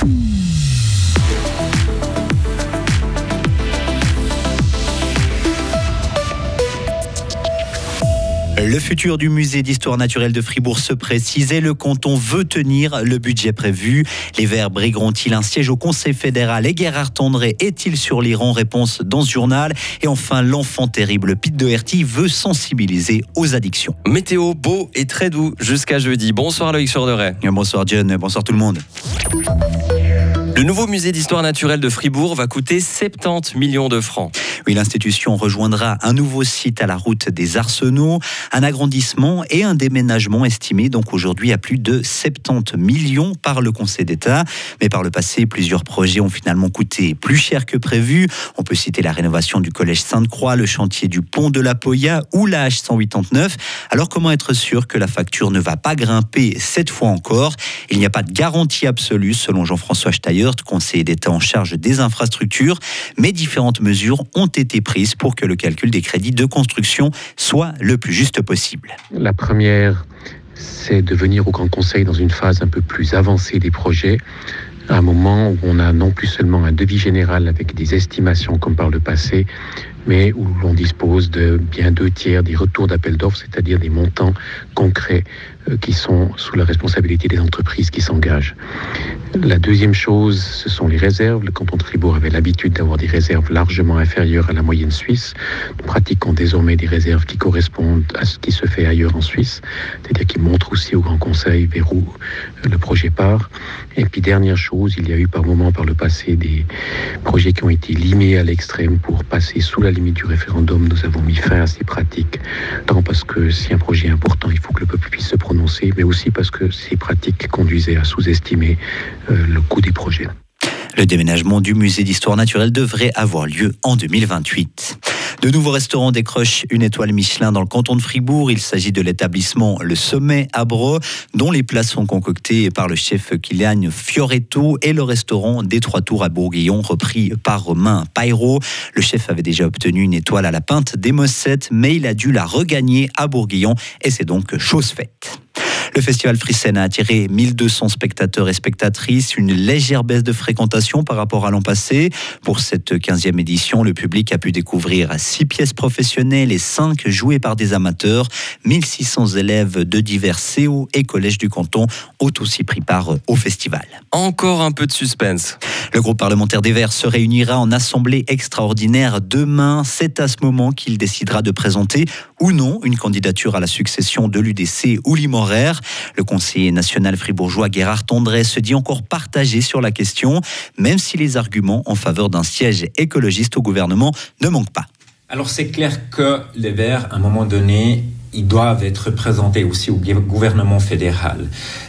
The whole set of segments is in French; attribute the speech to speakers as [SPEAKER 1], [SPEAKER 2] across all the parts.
[SPEAKER 1] Le futur du musée d'histoire naturelle de Fribourg se précise et le canton veut tenir le budget prévu. Les Verts brigueront-ils un siège au Conseil fédéral et Gérard Tendré est-il sur l'Iran? Réponse dans ce journal. Et enfin, l'enfant terrible Pete Doherty veut sensibiliser aux addictions.
[SPEAKER 2] Météo beau et très doux jusqu'à jeudi. Bonsoir Loïc Chorderet.
[SPEAKER 1] Bonsoir John, bonsoir tout le monde.
[SPEAKER 2] Le nouveau musée d'histoire naturelle de Fribourg va coûter 70 millions de francs.
[SPEAKER 1] Oui, l'institution rejoindra un nouveau site à la route des Arsenaux, un agrandissement et un déménagement estimé donc aujourd'hui à plus de 70 millions par le Conseil d'État. Mais par le passé, plusieurs projets ont finalement coûté plus cher que prévu. On peut citer la rénovation du collège Sainte-Croix, le chantier du pont de la Poya ou la H189. Alors comment être sûr que la facture ne va pas grimper cette fois encore? Il n'y a pas de garantie absolue selon Jean-François Steyert, conseiller d'État en charge des infrastructures, mais différentes mesures ont été prises pour que le calcul des crédits de construction soit le plus juste possible.
[SPEAKER 3] La première, c'est de venir au Grand Conseil dans une phase un peu plus avancée des projets, à un moment où on a non plus seulement un devis général avec des estimations comme par le passé, mais où l'on dispose de bien 2/3 des retours d'appel d'offres, c'est-à-dire des montants concrets qui sont sous la responsabilité des entreprises qui s'engagent. La deuxième chose, ce sont les réserves. Le canton de Fribourg avait l'habitude d'avoir des réserves largement inférieures à la moyenne suisse. Nous pratiquons désormais des réserves qui correspondent à ce qui se fait ailleurs en Suisse, c'est-à-dire qui montrent aussi au Grand Conseil vers où le projet part. Et puis dernière chose, il y a eu par moment par le passé des projets qui ont été limés à l'extrême pour passer sous la limite du référendum. Nous avons mis fin à ces pratiques, tant parce que si un projet est important, il faut que le peuple puisse se prononcer, mais aussi parce que ces pratiques conduisaient à sous-estimer le coût des projets.
[SPEAKER 1] Le déménagement du musée d'histoire naturelle devrait avoir lieu en 2028. De nouveaux restaurants décrochent une étoile Michelin dans le canton de Fribourg. Il s'agit de l'établissement Le Sommet à Breux, dont les plats sont concoctés par le chef Kylian Fioretto, et le restaurant des Trois Tours à Bourguillon, repris par Romain Pairo. Le chef avait déjà obtenu une étoile à la Pinte des Mossettes, mais il a dû la regagner à Bourguillon et c'est donc chose faite. Le festival Frissen a attiré 1200 spectateurs et spectatrices, une légère baisse de fréquentation par rapport à l'an passé. Pour cette 15e édition, le public a pu découvrir 6 pièces professionnelles et 5 jouées par des amateurs. 1600 élèves de divers CO et collèges du canton ont aussi pris part au festival.
[SPEAKER 2] Encore un peu de suspense.
[SPEAKER 1] Le groupe parlementaire des Verts se réunira en assemblée extraordinaire demain. C'est à ce moment qu'il décidera de présenter ou non une candidature à la succession de l'UDC ou Limoraire. Le conseiller national fribourgeois Gérard Tendré se dit encore partagé sur la question, même si les arguments en faveur d'un siège écologiste au gouvernement ne manquent pas.
[SPEAKER 4] Alors c'est clair que les Verts, à un moment donné, ils doivent être représentés aussi au gouvernement fédéral.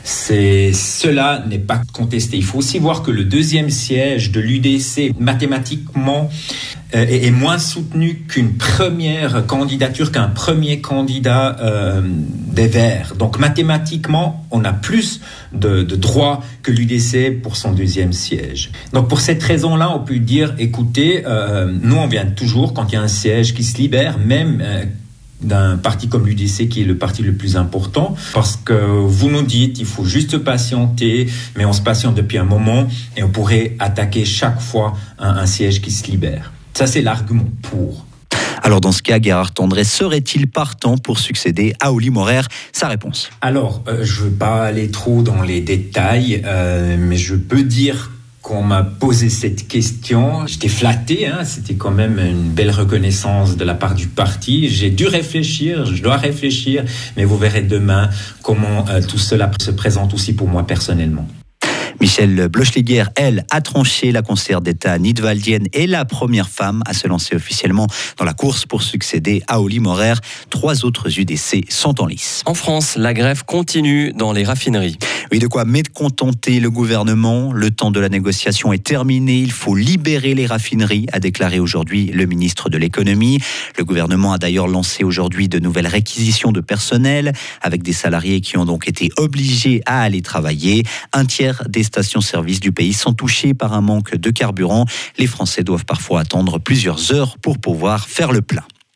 [SPEAKER 4] Cela n'est pas contesté. Il faut aussi voir que le deuxième siège de l'UDC, mathématiquement, est moins soutenu qu'une première candidature, qu'un premier candidat des Verts. Donc mathématiquement, on a plus de droits que l'UDC pour son deuxième siège. Donc pour cette raison-là, on peut dire, écoutez, nous on vient toujours, quand il y a un siège qui se libère, même d'un parti comme l'UDC qui est le parti le plus important, parce que vous nous dites il faut juste patienter, mais on se patiente depuis un moment et on pourrait attaquer chaque fois un siège qui se libère. Ça c'est l'argument pour.
[SPEAKER 1] Alors dans ce cas, Gérard Tendré serait-il partant pour succéder à Oli Morer? Sa réponse.
[SPEAKER 4] Alors, je ne veux pas aller trop dans les détails, mais je peux dire qu'on m'a posé cette question. J'étais flatté, c'était quand même une belle reconnaissance de la part du parti. J'ai dû réfléchir, je dois réfléchir, mais vous verrez demain comment tout cela se présente aussi pour moi personnellement.
[SPEAKER 1] Michèle Blochliger, elle, a tranché. La conseillère d'État Nidwaldienne est la première femme à se lancer officiellement dans la course pour succéder à Oli Morer. 3 autres UDC sont en lice.
[SPEAKER 2] En France, la grève continue dans les raffineries.
[SPEAKER 1] Oui, de quoi mécontenter le gouvernement. Le temps de la négociation est terminé. Il faut libérer les raffineries, a déclaré aujourd'hui le ministre de l'économie. Le gouvernement a d'ailleurs lancé aujourd'hui de nouvelles réquisitions de personnel, avec des salariés qui ont donc été obligés à aller travailler. 1/3 des stations-service du pays sont touchées par un manque de carburant. Les Français doivent parfois attendre plusieurs heures pour pouvoir faire le plein.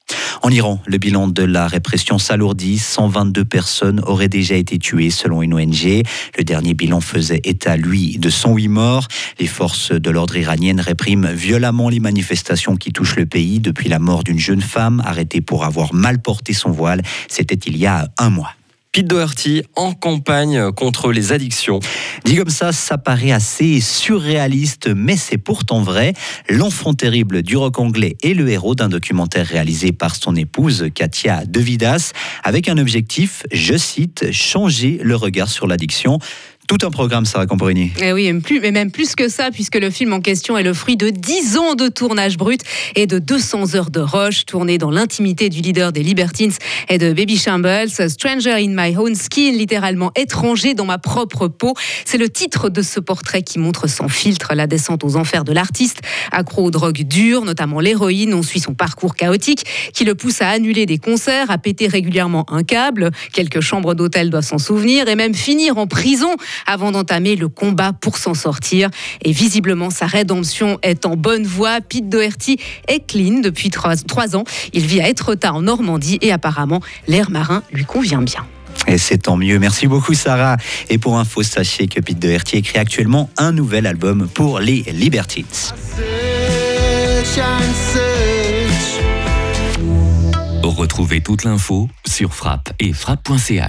[SPEAKER 1] En Iran, le bilan de la répression s'alourdit. 122 personnes auraient déjà été tuées selon une ONG. Le dernier bilan faisait état, lui, de 108 morts. Les forces de l'ordre iraniennes répriment violemment les manifestations qui touchent le pays depuis la mort d'une jeune femme arrêtée pour avoir mal porté son voile. C'était il y a un mois.
[SPEAKER 2] Pete Doherty en campagne contre les addictions.
[SPEAKER 1] Dit comme ça paraît assez surréaliste, mais c'est pourtant vrai. L'enfant terrible du rock anglais est le héros d'un documentaire réalisé par son épouse Katia De Vidas, avec un objectif, je cite, changer le regard sur l'addiction. Tout un programme, Sarah Camporini.
[SPEAKER 5] Et oui, mais même plus que ça, puisque le film en question est le fruit de 10 ans de tournage brut et de 200 heures de rush, tourné dans l'intimité du leader des Libertines et de Baby Shambles, Stranger in my own skin, littéralement étranger dans ma propre peau. C'est le titre de ce portrait qui montre sans filtre la descente aux enfers de l'artiste. Accro aux drogues dures, notamment l'héroïne, on suit son parcours chaotique qui le pousse à annuler des concerts, à péter régulièrement un câble. Quelques chambres d'hôtel doivent s'en souvenir et même finir en prison avant d'entamer le combat pour s'en sortir. Et visiblement, sa rédemption est en bonne voie. Pete Doherty est clean depuis 3 ans. Il vit à Étretat en Normandie et apparemment, l'air marin lui convient bien.
[SPEAKER 1] Et c'est tant mieux. Merci beaucoup, Sarah. Et pour info, sachez que Pete Doherty écrit actuellement un nouvel album pour les Libertines.
[SPEAKER 6] Retrouvez toute l'info sur frappe et frappe.ch.